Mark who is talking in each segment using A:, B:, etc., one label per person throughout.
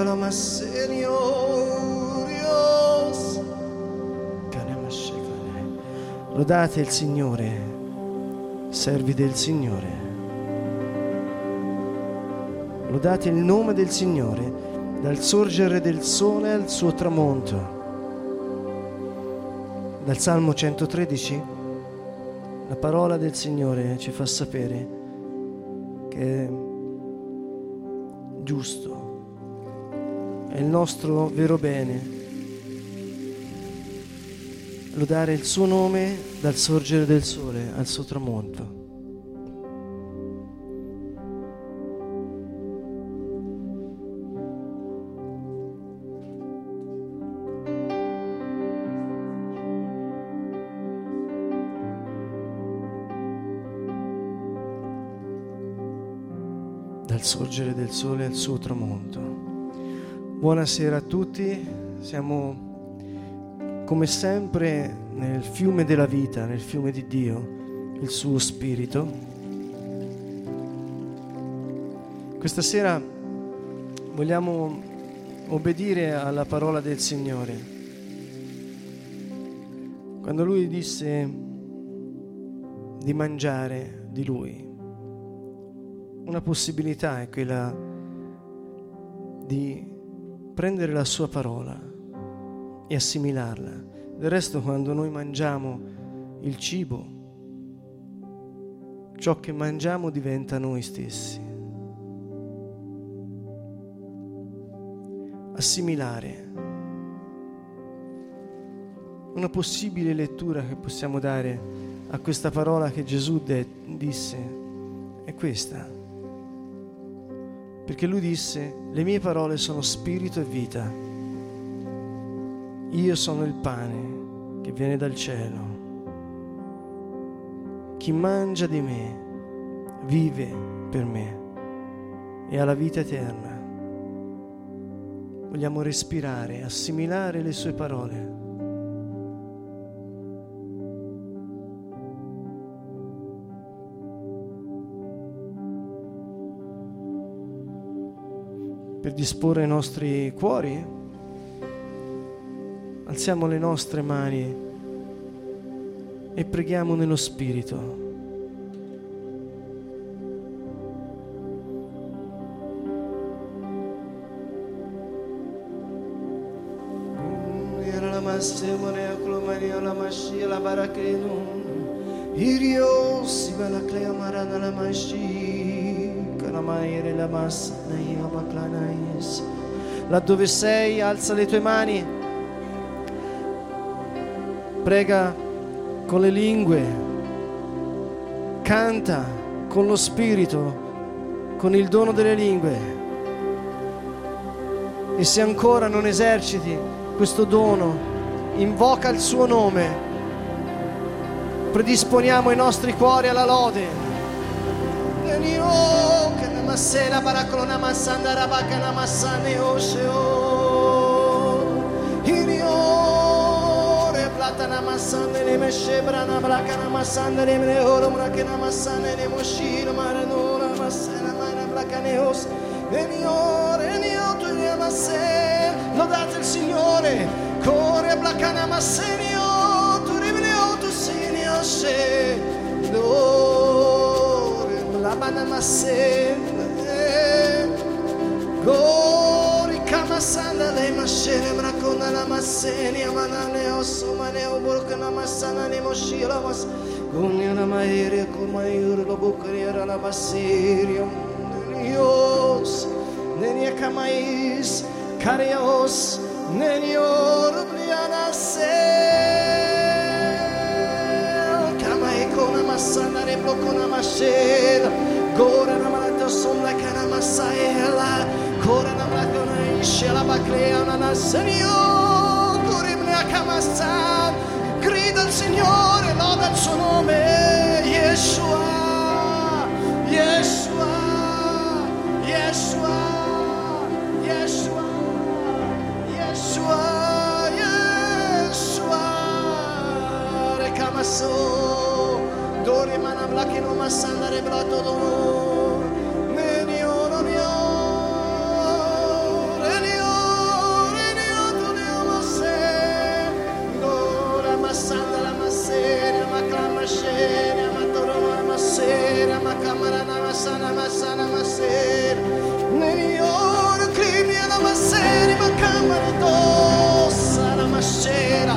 A: Lodate il Signore, servi del Signore. Lodate il nome del Signore, dal sorgere del sole al suo tramonto. Dal Salmo 113, la parola del Signore ci fa sapere che è giusto, è il nostro vero bene. Lodare il suo nome dal sorgere del sole al suo tramonto. Dal sorgere del sole al suo tramonto. Buonasera a tutti, siamo come sempre nel fiume della vita, nel fiume di Dio, il suo Spirito. Questa sera vogliamo obbedire alla parola del Signore. Quando Lui disse di mangiare di Lui, una possibilità è quella di prendere la sua parola e assimilarla. Del resto, quando noi mangiamo il cibo, ciò che mangiamo diventa noi stessi. Assimilare. Una possibile lettura che possiamo dare a questa parola che Gesù disse è questa. Perché Lui disse: le mie parole sono spirito e vita. Io sono il pane che viene dal cielo. Chi mangia di me vive per me e ha la vita eterna. Vogliamo respirare, assimilare le sue parole. Per disporre i nostri cuori, alziamo le nostre mani e preghiamo nello Spirito. Laddove sei, alza le tue mani, prega con le lingue, canta con lo Spirito, con il dono delle lingue. E se ancora non eserciti questo dono, invoca il suo nome. Predisponiamo i nostri cuori alla lode. Masela barakolona masanda rabakana masane osheo iniore platana masane ne meshebrana brakana masane ne mehoro brakana masane ne moshiro maranora masana mana brakane os iniore nioto ne masel. Lodate il Signore, corre brakana masenio tu ribleo tu sinio she dore blabana masel. Gori kamasana le mashene mrakona la maseni amanane osumane oburkana masana ne moshira mas gunya na maire kumayur lo bukriera la masirium Dios nenia kamais karios nenior bliana se kamai kona masana re blokona mashela gora na malato sonda kana masaela Kora na brakona ishela bakrea na nasenio Kurimne akamassan. Grida al Signore, loda il suo nome. Yeshua, Yeshua, Yeshua, Yeshua, Yeshua, Yeshua. Rekamaso Dori mana blakino masandare blato dono Menio dosa la masera,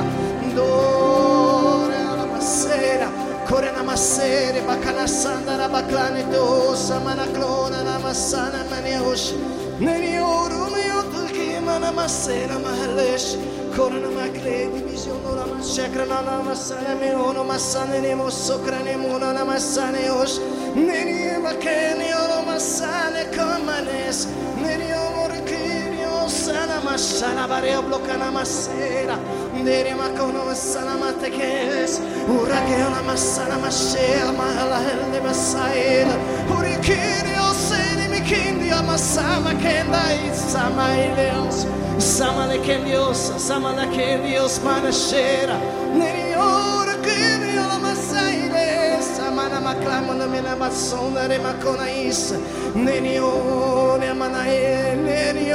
A: dore la masera, corre la masera, bacana sanda la baclane dosa, manaclona la massana maniosh, neni oro mio tulki mana masera mahalesh, corre la macre divisiono la masacra la massana me ono massane ne mossocra ne mona la massane osh, neni macani oro massane comanes, neni omorkirio sana masana bareo bloccana masera, neri macono massana matekes, ura che una massana masera mala helle massaela, urikirio seni mikindi amassama kenda isama ileos, samale kendios, samala kendios manashera, neri ora kirio la massaile, samana maclamona mena massona re macona is, neri ore manae, neri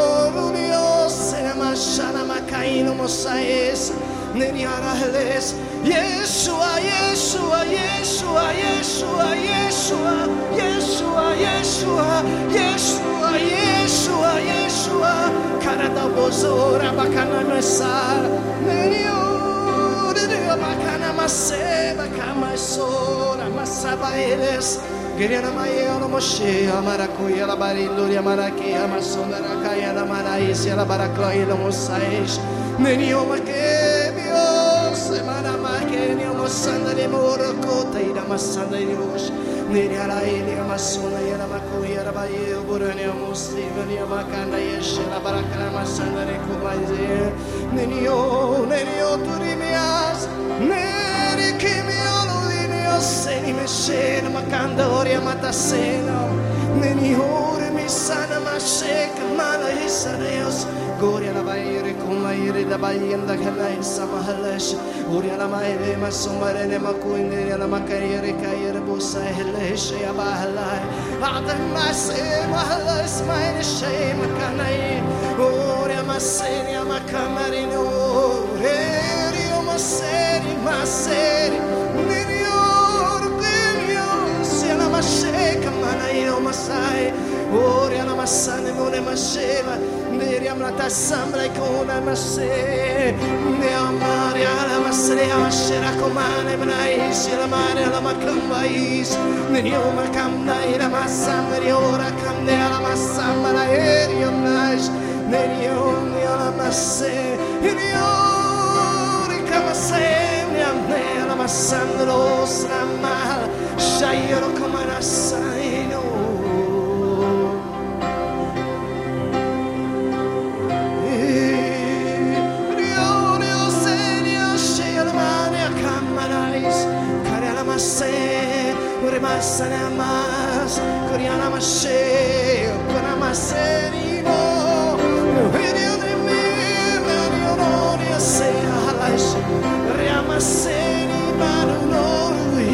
A: ore mashana makaino mosaes, neri arahles, Yeshua, Yeshua, Yeshua, Yeshua, Yeshua, Yeshua, Yeshua, Yeshua, Yeshua, Yeshua, Karada bozora bakana mesara, neri ore bakana maseba kama sora masaba eles. Geriana Maia no Moshe, a Maracuia, a Bariluri, a Maraqui, a Massona, a Caia, a Maraís, a Baraclói, a Mossais, Nenioma que Dios, Manamaque, Neomossanda de Morocota, e a Massanda de Deus, Neriara, a Massona, e a Macuia, a Bahia, o Burania, a Mossiva, e a Macanda, e a Baracana, Massanda de Cumaizé, Nenio, Turimias, Neri Kimiolo. Seni meshena makandoria matasena, neni ore misana masheka mana isareos, goria la baire kuma ire da bayenda kana isama halash, goria la maire masomare ne makuinde la makayere kayere busa helesh ya bahalai, ata mase mahalas maire she makanai, goria maseni makamarino, rio maseri maseri, Masheka manaino masai, ori alla massane mone maseva, neri amrata sambra icona masse, ne amare alla massere ashera comane manais, la mare alla macambais, ne oma camdai la massamri ora camde alla massambra aereo nas, ne oni alla masse, ne ori camasse, ne amne alla massandro stramal. Shayro come an assaino, Rio Senio, Shayla Mania Camanais, Cariana Masse, Urimassane Amas, Coriana Mashe, Conamaserino, Video di me, Mario Noria Sea Halash, Riamasseni Manuno.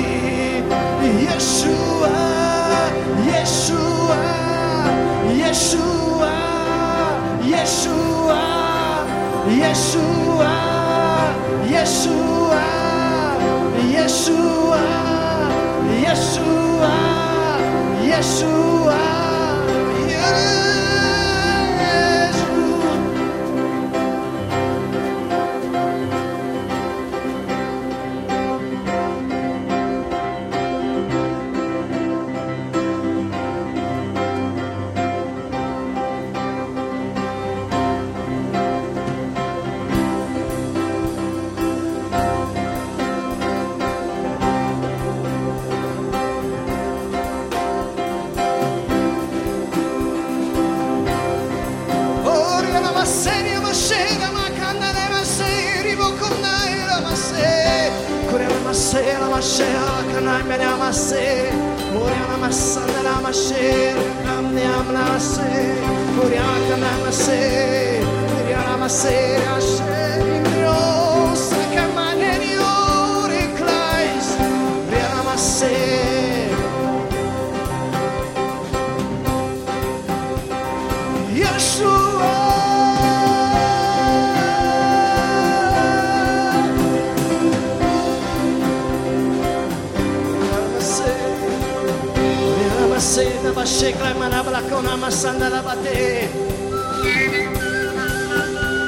A: Yeshua, Yeshua, Yeshua, Yeshua, Yeshua, Yeshua, Yeshua, Yeshua, Yeshua, la mascella, canai me la masse, moriana massana la masce, camniam la masse, moriana la masse, moriana masse, asce, mio, sacamane ore clais, moriana masse. Sena bashekla manabla kona masanda la bate.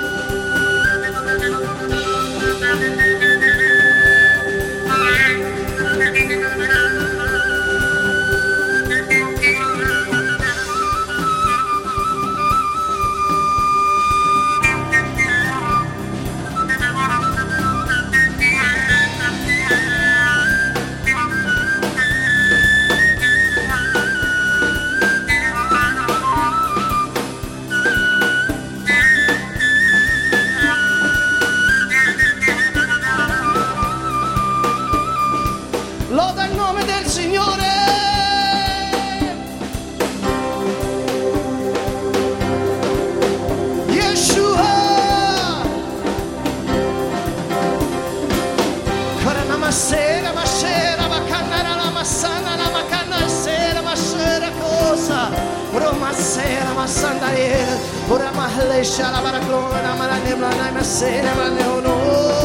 A: Ora mahle shala baraklona malane blana masena malane ono.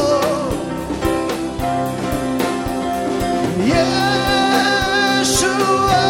A: Yeshua.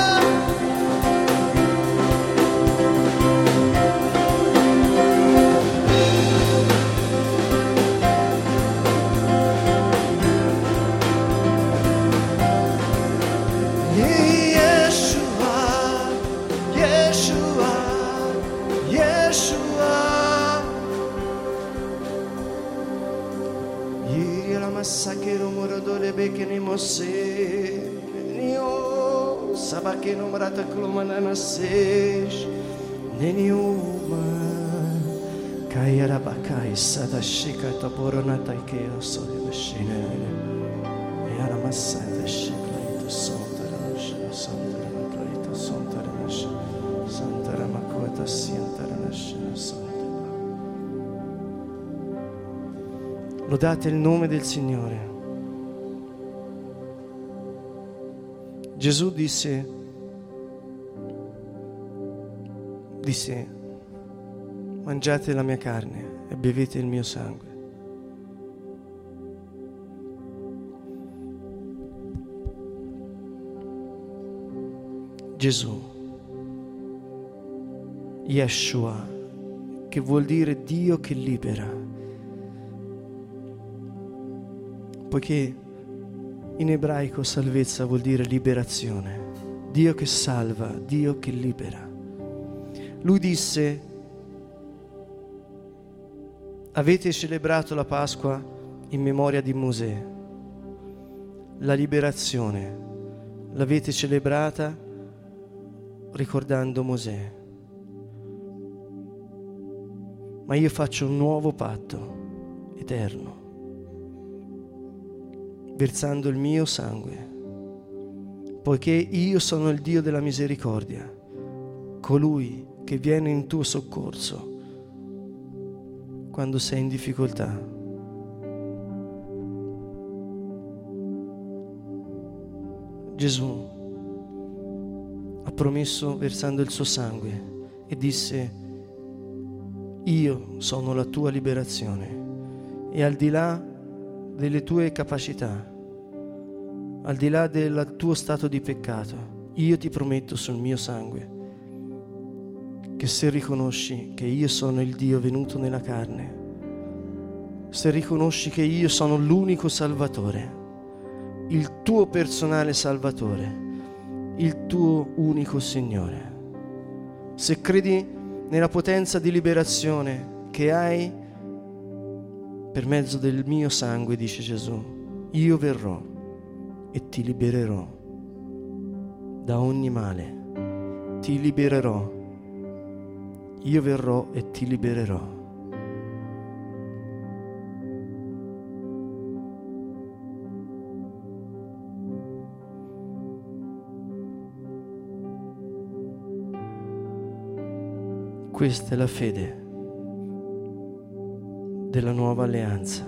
A: Sakero moradore bekeni mose nio sabakeno marata klomana masesh neniuma kayara bakai sada shika taboronata ikeo sore machine yara masada shikla to sontara nasha santara praito sontara nasha santara makota siantara nasha santara. Lodate il nome del Signore. Gesù disse, mangiate la mia carne e bevete il mio sangue. Gesù, Yeshua, che vuol dire Dio che libera. Poiché in ebraico salvezza vuol dire liberazione, Dio che salva, Dio che libera. Lui disse, avete celebrato la Pasqua in memoria di Mosè, la liberazione l'avete celebrata ricordando Mosè, ma io faccio un nuovo patto eterno, versando il mio sangue, poiché io sono il Dio della misericordia, colui che viene in tuo soccorso quando sei in difficoltà. Gesù ha promesso versando il suo sangue e disse: io sono la tua liberazione, e al di là delle tue capacità, al di là del tuo stato di peccato, io ti prometto sul mio sangue che se riconosci che io sono il Dio venuto nella carne, se riconosci che io sono l'unico Salvatore, il tuo personale Salvatore, il tuo unico Signore, se credi nella potenza di liberazione che hai per mezzo del mio sangue, dice Gesù, io verrò e ti libererò da ogni male, ti libererò, io verrò e ti libererò. Questa è la fede della nuova alleanza.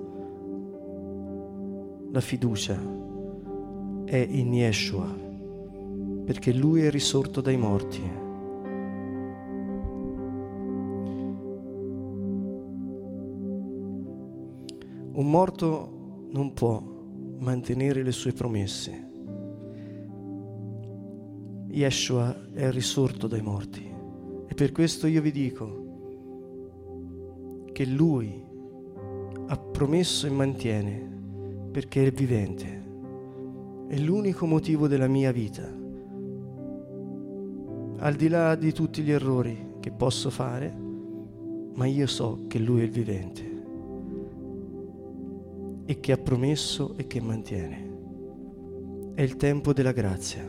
A: La fiducia è in Yeshua, perché Lui è risorto dai morti. Un morto non può mantenere le sue promesse. Yeshua è risorto dai morti, e per questo io vi dico che Lui ha promesso e mantiene, perché è vivente. È l'unico motivo della mia vita. Al di là di tutti gli errori che posso fare, ma io so che Lui è il vivente e che ha promesso e che mantiene. È il tempo della grazia.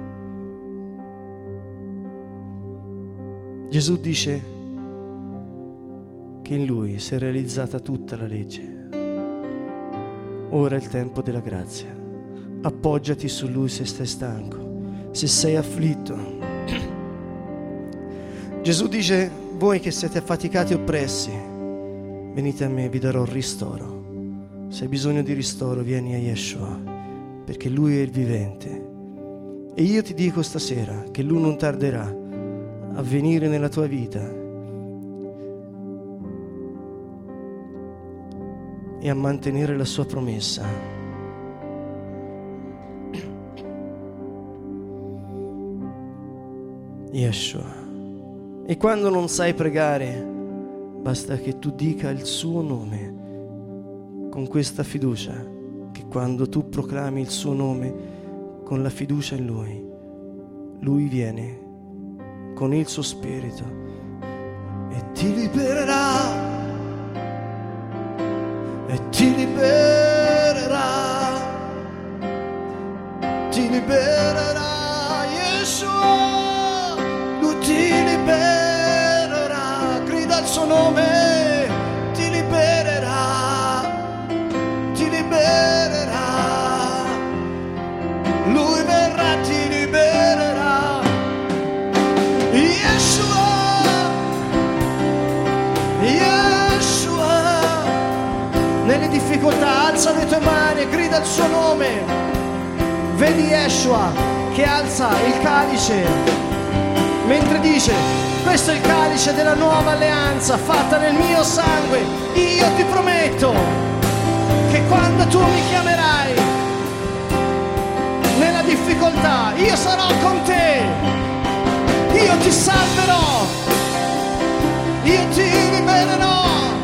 A: Gesù dice che in Lui si è realizzata tutta la legge. Ora è il tempo della grazia. Appoggiati su Lui se stai stanco, se sei afflitto. Gesù dice: voi che siete affaticati e oppressi, venite a me, vi darò ristoro. Se hai bisogno di ristoro, vieni a Yeshua, perché Lui è il vivente. E io ti dico stasera che Lui non tarderà a venire nella tua vita e a mantenere la sua promessa. Yeshua. E quando non sai pregare, basta che tu dica il suo nome con questa fiducia, che quando tu proclami il suo nome con la fiducia in Lui, Lui viene con il suo spirito e ti libererà, e ti libererà, ti libererà, Yeshua, Lui ti libererà, grida il suo nome, ti libererà, ti libererà, Lui verrà, ti libererà, Yeshua, Yeshua. Nelle difficoltà alza le tue mani e grida il suo nome. Vedi Yeshua che alza il calice mentre dice: questo è il calice della nuova alleanza fatta nel mio sangue. Io ti prometto che quando tu mi chiamerai nella difficoltà, io sarò con te, io ti salverò, io ti libererò.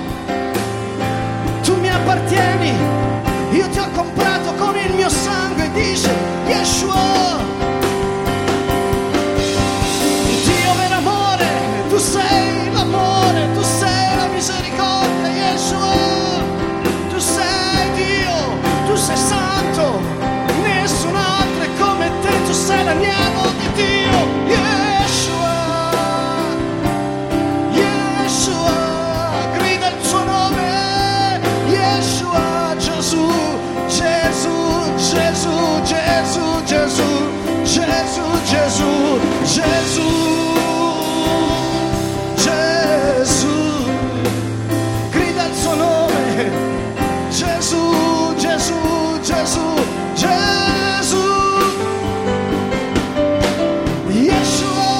A: Tu mi appartieni, io ti ho comprato con il mio sangue, dice Yeshua. Dio vero amore, tu sei l'amore, tu sei la misericordia, Yeshua. Tu sei Dio, tu sei santo, nessun altro è come te, tu sei l'agnello di Dio, Yeshua, Yeshua, grida il suo nome, Yeshua, Gesù, Gesù, Gesù, Gesù, Gesù, Gesù, Gesù, Gesù, Gesù, grida il suo nome, Gesù, Gesù, Gesù, Gesù, Yeshua,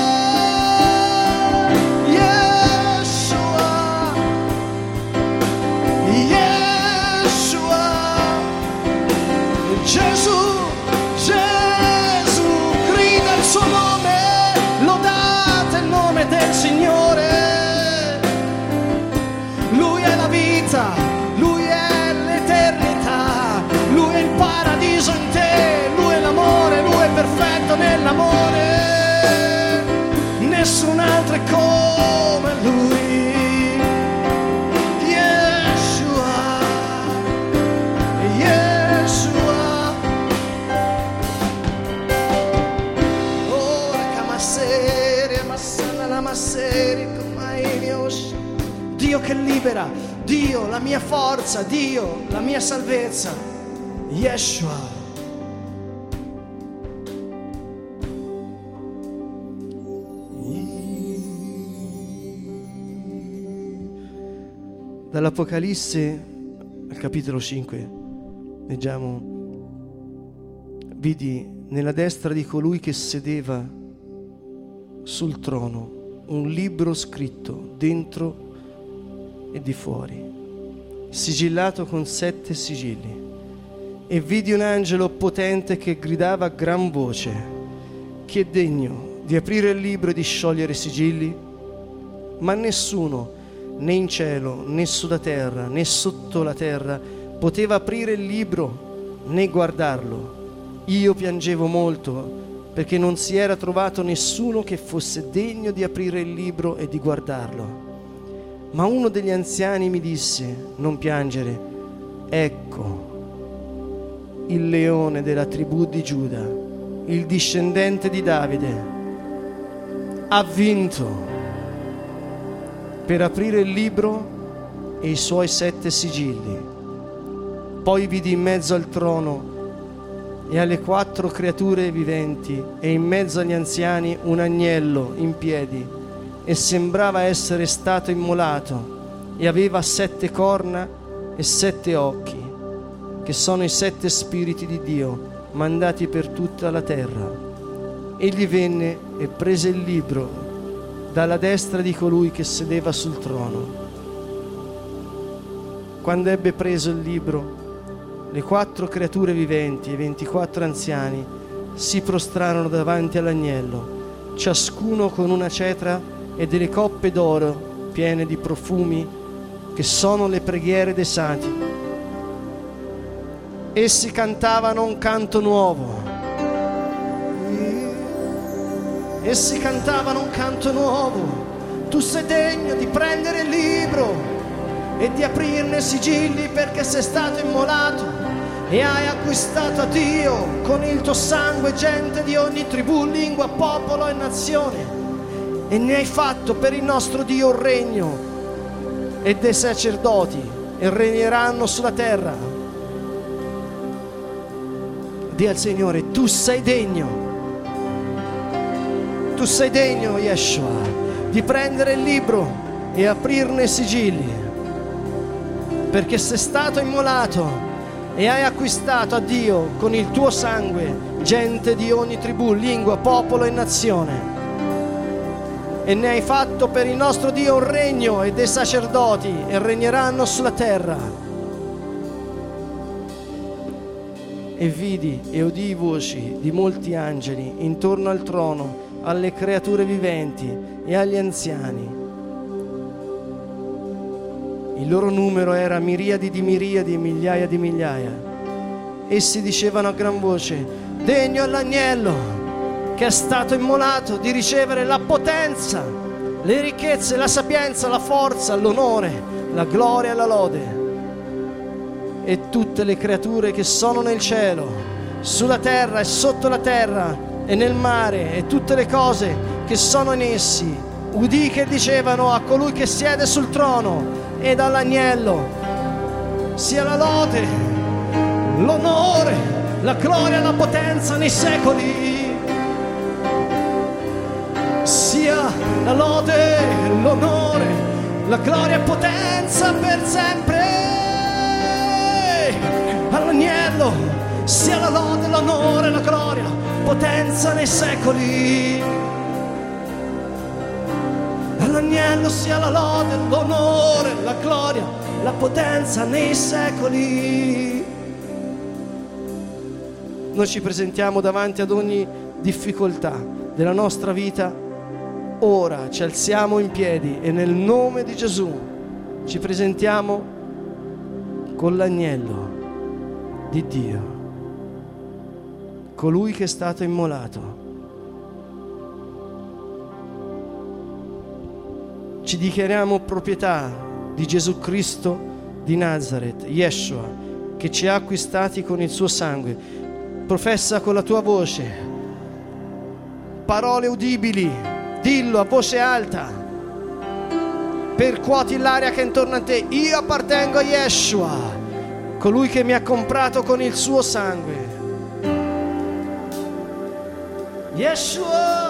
A: Yeshua, Yeshua, Gesù, Gesù, grida il suo nome, lodate il nome del Signore. Lui è la vita, Lui è l'eternità, Lui è il paradiso in te, Lui è l'amore, Lui è perfetto nell'amore. Nessun altro è come Lui. Yeshua, Yeshua. Ora Kamaseri, Massana la Masseri, Kumainios. Dio che libera, Dio la mia forza, Dio la mia salvezza, Yeshua. Dall'Apocalisse al capitolo 5 leggiamo: vidi nella destra di colui che sedeva sul trono un libro scritto dentro e di fuori, sigillato con 7 sigilli, e vidi un angelo potente che gridava a gran voce: chi è degno di aprire il libro e di sciogliere i sigilli? Ma nessuno, né in cielo, né sottoterra, né sotto la terra, poteva aprire il libro né guardarlo. Io piangevo molto perché non si era trovato nessuno che fosse degno di aprire il libro e di guardarlo. Ma uno degli anziani mi disse: non piangere, ecco il leone della tribù di Giuda, il discendente di Davide, ha vinto per aprire il libro e i suoi 7 sigilli. Poi vidi in mezzo al trono e alle 4 creature viventi e in mezzo agli anziani un agnello in piedi, e sembrava essere stato immolato, e aveva 7 corna e 7 occhi, che sono i 7 spiriti di Dio mandati per tutta la terra. Egli venne e prese il libro dalla destra di colui che sedeva sul trono. quando ebbe preso il libro, le 4 creature viventi e 24 anziani si prostrarono davanti all'agnello, ciascuno con una cetra e delle coppe d'oro piene di profumi, che sono le preghiere dei santi. Essi cantavano un canto nuovo. Essi cantavano un canto nuovo. Tu sei degno di prendere il libro e di aprirne i sigilli, perché sei stato immolato e hai acquistato a Dio con il tuo sangue gente di ogni tribù, lingua, popolo e nazione, e ne hai fatto per il nostro Dio un regno e dei sacerdoti, e regneranno sulla terra. Dì al Signore: tu sei degno, tu sei degno, Yeshua, di prendere il libro e aprirne i sigilli, perché sei stato immolato e hai acquistato a Dio con il tuo sangue gente di ogni tribù, lingua, popolo e nazione, e ne hai fatto per il nostro Dio un regno e dei sacerdoti, e regneranno sulla terra. E vidi e udii voci di molti angeli intorno al trono, alle creature viventi e agli anziani. Il loro numero era miriadi di miriadi e migliaia di migliaia. Essi dicevano a gran voce: degno è l'agnello che è stato immolato di ricevere la potenza, le ricchezze, la sapienza, la forza, l'onore, la gloria e la lode. E tutte le creature che sono nel cielo, sulla terra e sotto la terra e nel mare, e tutte le cose che sono in essi, udì che dicevano a colui che siede sul trono ed all'agnello: sia la lode, l'onore, la gloria e la potenza nei secoli. Sia la lode, l'onore, la gloria e potenza per sempre all'agnello. Sia la lode, l'onore, la gloria, potenza nei secoli. All'agnello sia la lode, l'onore, la gloria, la potenza nei secoli. Noi ci presentiamo davanti ad ogni difficoltà della nostra vita. Ora ci alziamo in piedi e nel nome di Gesù ci presentiamo con l'agnello di Dio, colui che è stato immolato. Ci dichiariamo proprietà di Gesù Cristo di Nazaret, Yeshua, che ci ha acquistati con il suo sangue. Professa con la tua voce parole udibili, dillo a voce alta, percuoti l'aria che è intorno a te. Io appartengo a Yeshua, colui che mi ha comprato con il suo sangue. Yeshua.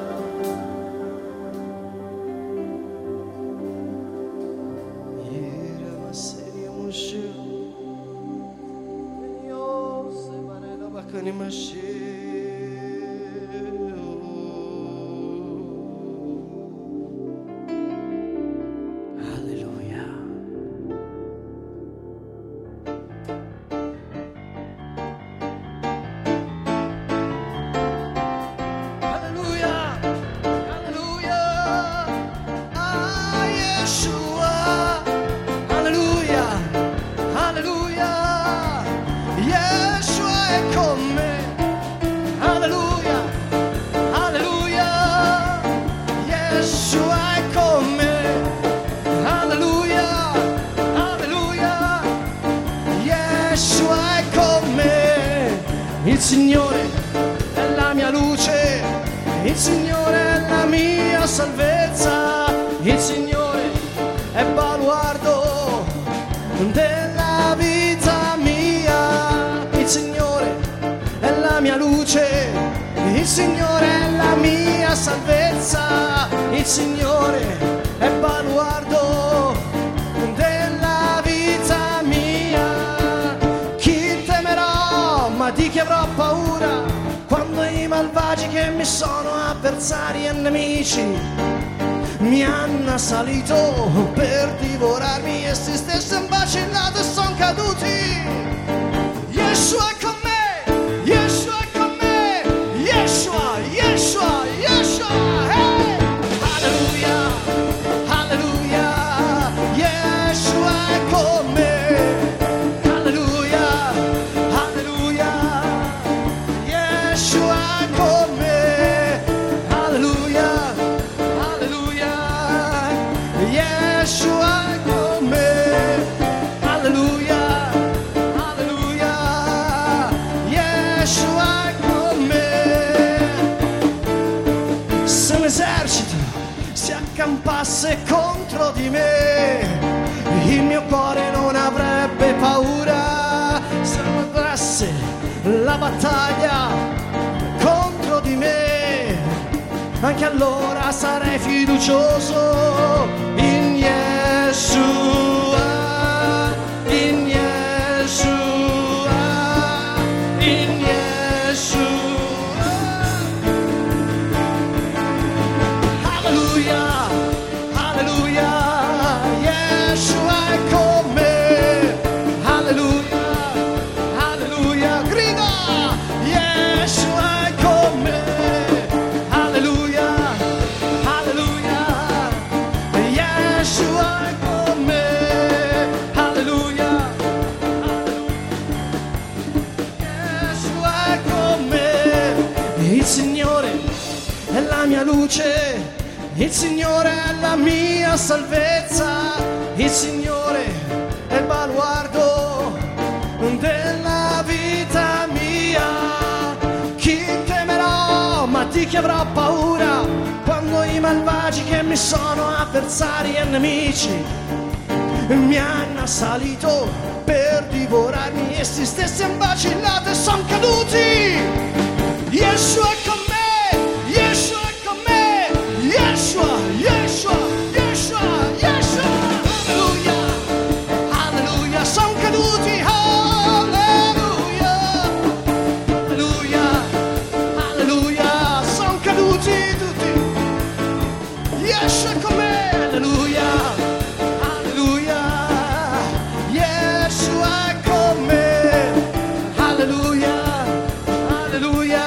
A: Il Signore è la mia luce, il Signore è la mia salvezza, il Signore è baluardo della vita mia, il Signore è la mia luce, il Signore è la mia salvezza, il Signore è baluardo della vita mia. Chi temerò, ma di chi avrò paura, quando i malvagi che mi sono avversari e nemici mi hanno assalito per divorarmi, essi stessi han vacillato e son caduti. Yeshua è con me, Yeshua è con me, Yeshua, Yeshua, Yeshua, hey! Alleluia, alleluia, Yeshua è con me, alleluia, alleluia, Yeshua è con me, alleluia, alleluia, Yeshua è con me, alleluia, alleluia, Yeshua è con me. Se un esercito si accampasse contro di me, il mio cuore non avrebbe paura. Se avesse la battaglia contro di me, anche allora sarei fiducioso in Yeshua, in Yeshua, in Yeshua. Alleluia, alleluia, Yeshua è con me, alleluia, alleluia, grida, Yeshua è con me, alleluia, alleluia, Yeshua è con me, alleluia, Yeshua è con me. Il Signore è la mia luce, il Signore è la mia salvezza, il Signore è il baluardo della vita mia. Chi temerò, ma di chi avrò paura, quando i malvagi che mi sono avversari e nemici mi hanno assalito per divorarmi, essi stessi han vacillato e son caduti. Yeshua è con me, Yeshua è con me, Yeshua, Yeshua, Yeshua, Yeshua, alleluia, alleluia, son caduti, alleluia, alleluia, alleluia, son caduti tutti. Yeshua è con me, alleluia, alleluia, Yeshua è con me, alleluia, alleluia,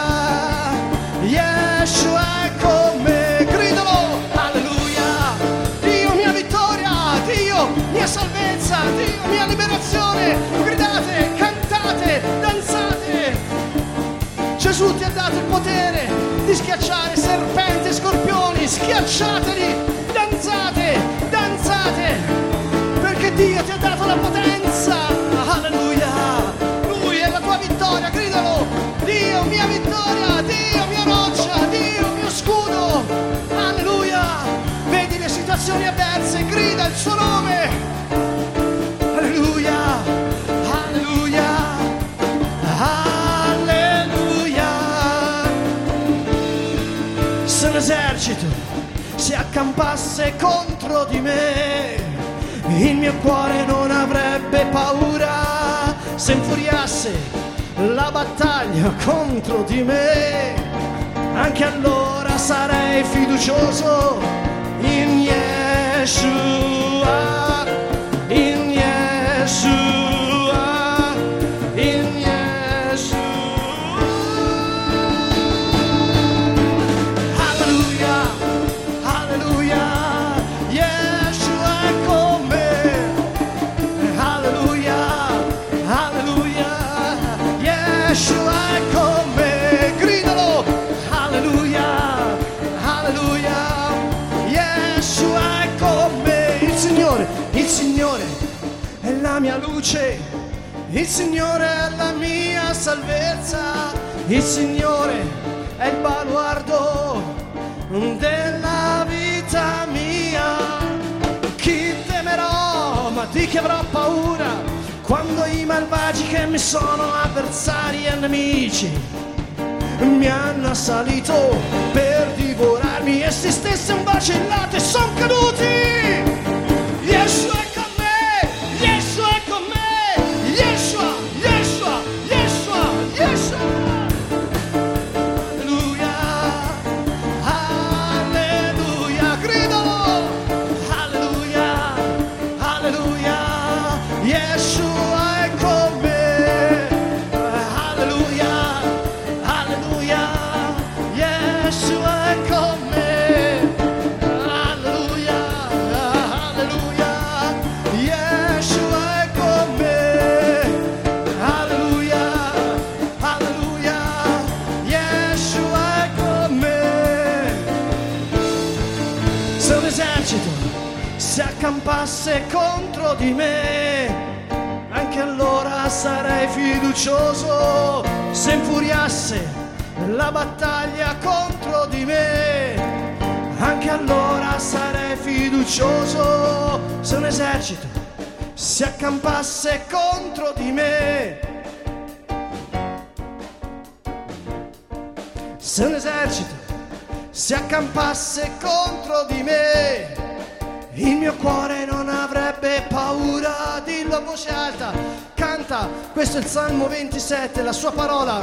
A: Yeshua è con me, gridalo, alleluia, Dio mia vittoria, Dio mia salvezza, Dio mia liberazione, gridate, cantate, danzate. Gesù ti ha dato il potere di schiacciare serpenti e scorpioni, schiacciateli, danzate, danzate, perché Dio ti ha dato la potenza, alleluia, Lui è la tua vittoria, gridalo, Dio mia vittoria, Dio mia roccia, Dio mio scudo, alleluia, vedi le situazioni avverse, grida il suo nome, alleluia, alleluia, alleluia. Se un esercito si accampasse contro di me, il mio cuore non avrebbe paura. Se infuriasse la battaglia contro di me, anche allora sarei fiducioso in Yeshua, in Yeshua, in Yeshua. Alleluia, alleluia, Yeshua è con me, alleluia, alleluia, Yeshua è con me, gridalo, alleluia, alleluia, Yeshua è con me. Il Signore è la mia luce, il Signore è la mia salvezza, il Signore è il baluardo della vita mia. Chi temerò, ma di chi avrò paura, quando i malvagi che mi sono avversari e nemici mi hanno assalito per divorarmi, essi stessi han vacillato e son caduti. Yeshua è con me, Yeshua è con me, Yeshua, Yeshua, Yeshua, Yeshua. Alleluia, alleluia, gridalo. accampasse contro di me, anche allora sarei fiducioso. Se infuriasse la battaglia contro di me, anche allora sarei fiducioso. Se un esercito si accampasse contro di me, se un esercito si accampasse contro di me, il mio cuore non avrebbe paura. Dillo a voce alta, canta, questo è il Salmo 27, la sua parola.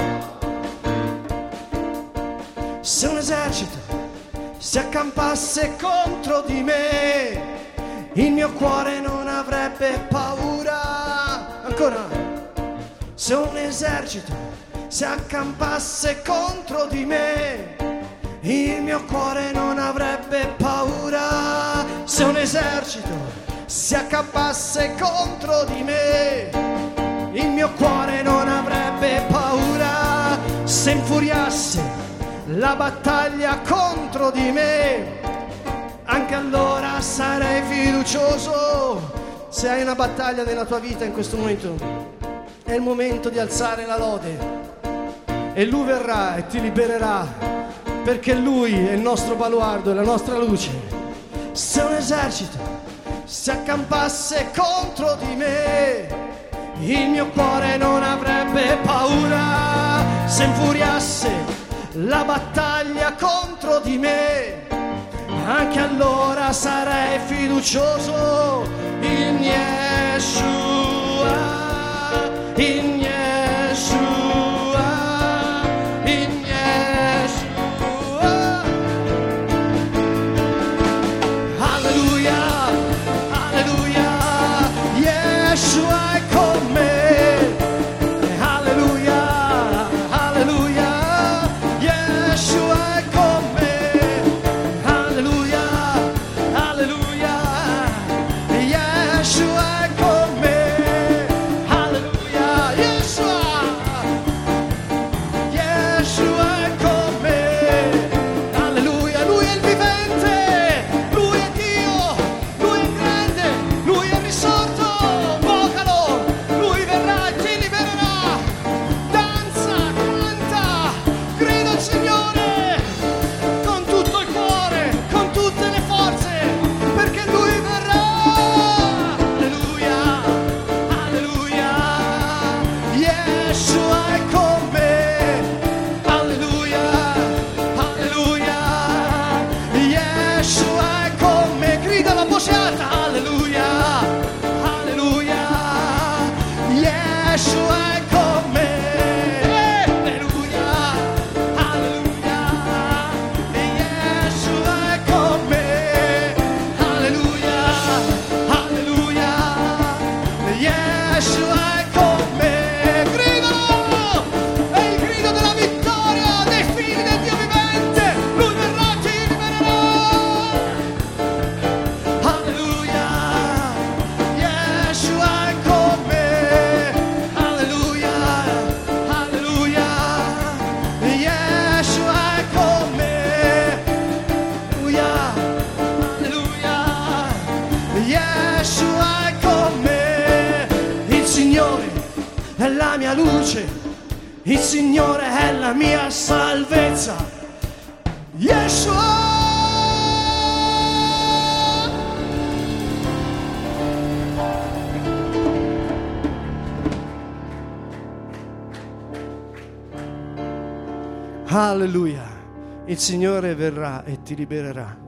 A: Se un esercito si accampasse contro di me, il mio cuore non avrebbe paura. Ancora. Se un esercito si accampasse contro di me, il mio cuore non avrebbe paura. Se un esercito si accampasse contro di me, il mio cuore non avrebbe paura. Se infuriasse la battaglia contro di me, anche allora sarei fiducioso. Se hai una battaglia nella tua vita in questo momento, è il momento di alzare la lode e Lui verrà e ti libererà, perché Lui è il nostro baluardo e la nostra luce. Se un esercito si accampasse contro di me, il mio cuore non avrebbe paura. Se infuriasse la battaglia contro di me, anche allora sarei fiducioso in Yeshua, in Yeshua, in Yeshua. Alleluia, alleluia, Yeshua è con me. Alleluia, alleluia, Yeshua è con me. Alleluia, alleluia, Yeshua è con me. Alleluia, Yeshua, Yeshua è con me. Alleluia, Lui è il vivente, Lui è Dio, Lui è grande, Lui è risorto. Vocalo, Lui verrà e ti libererà. Danza, canta, grida al Signore con tutto il cuore, con tutte le forze, perché Lui verrà. Alleluia, alleluia, Yeshua è con me. Alleluia, alleluia, Yeshua è con me. Grida la voce alta, alleluia, alleluia, Yeshua è con me. Alleluia, alleluia, Yeshua è con me. Alleluia, alleluia, Yeshua è con me. Gridalo! È il grido della vittoria dei figli del Dio vivente. Lui verrà e ti libererà. Alleluia, Yeshua è con me. Alleluia, alleluia, Yeshua è con me. Alleluia, alleluia, Yeshua è con me. Il Signore è la mia luce, il Signore è la mia salvezza. Yeshua. Alleluia, il Signore verrà e ti libererà.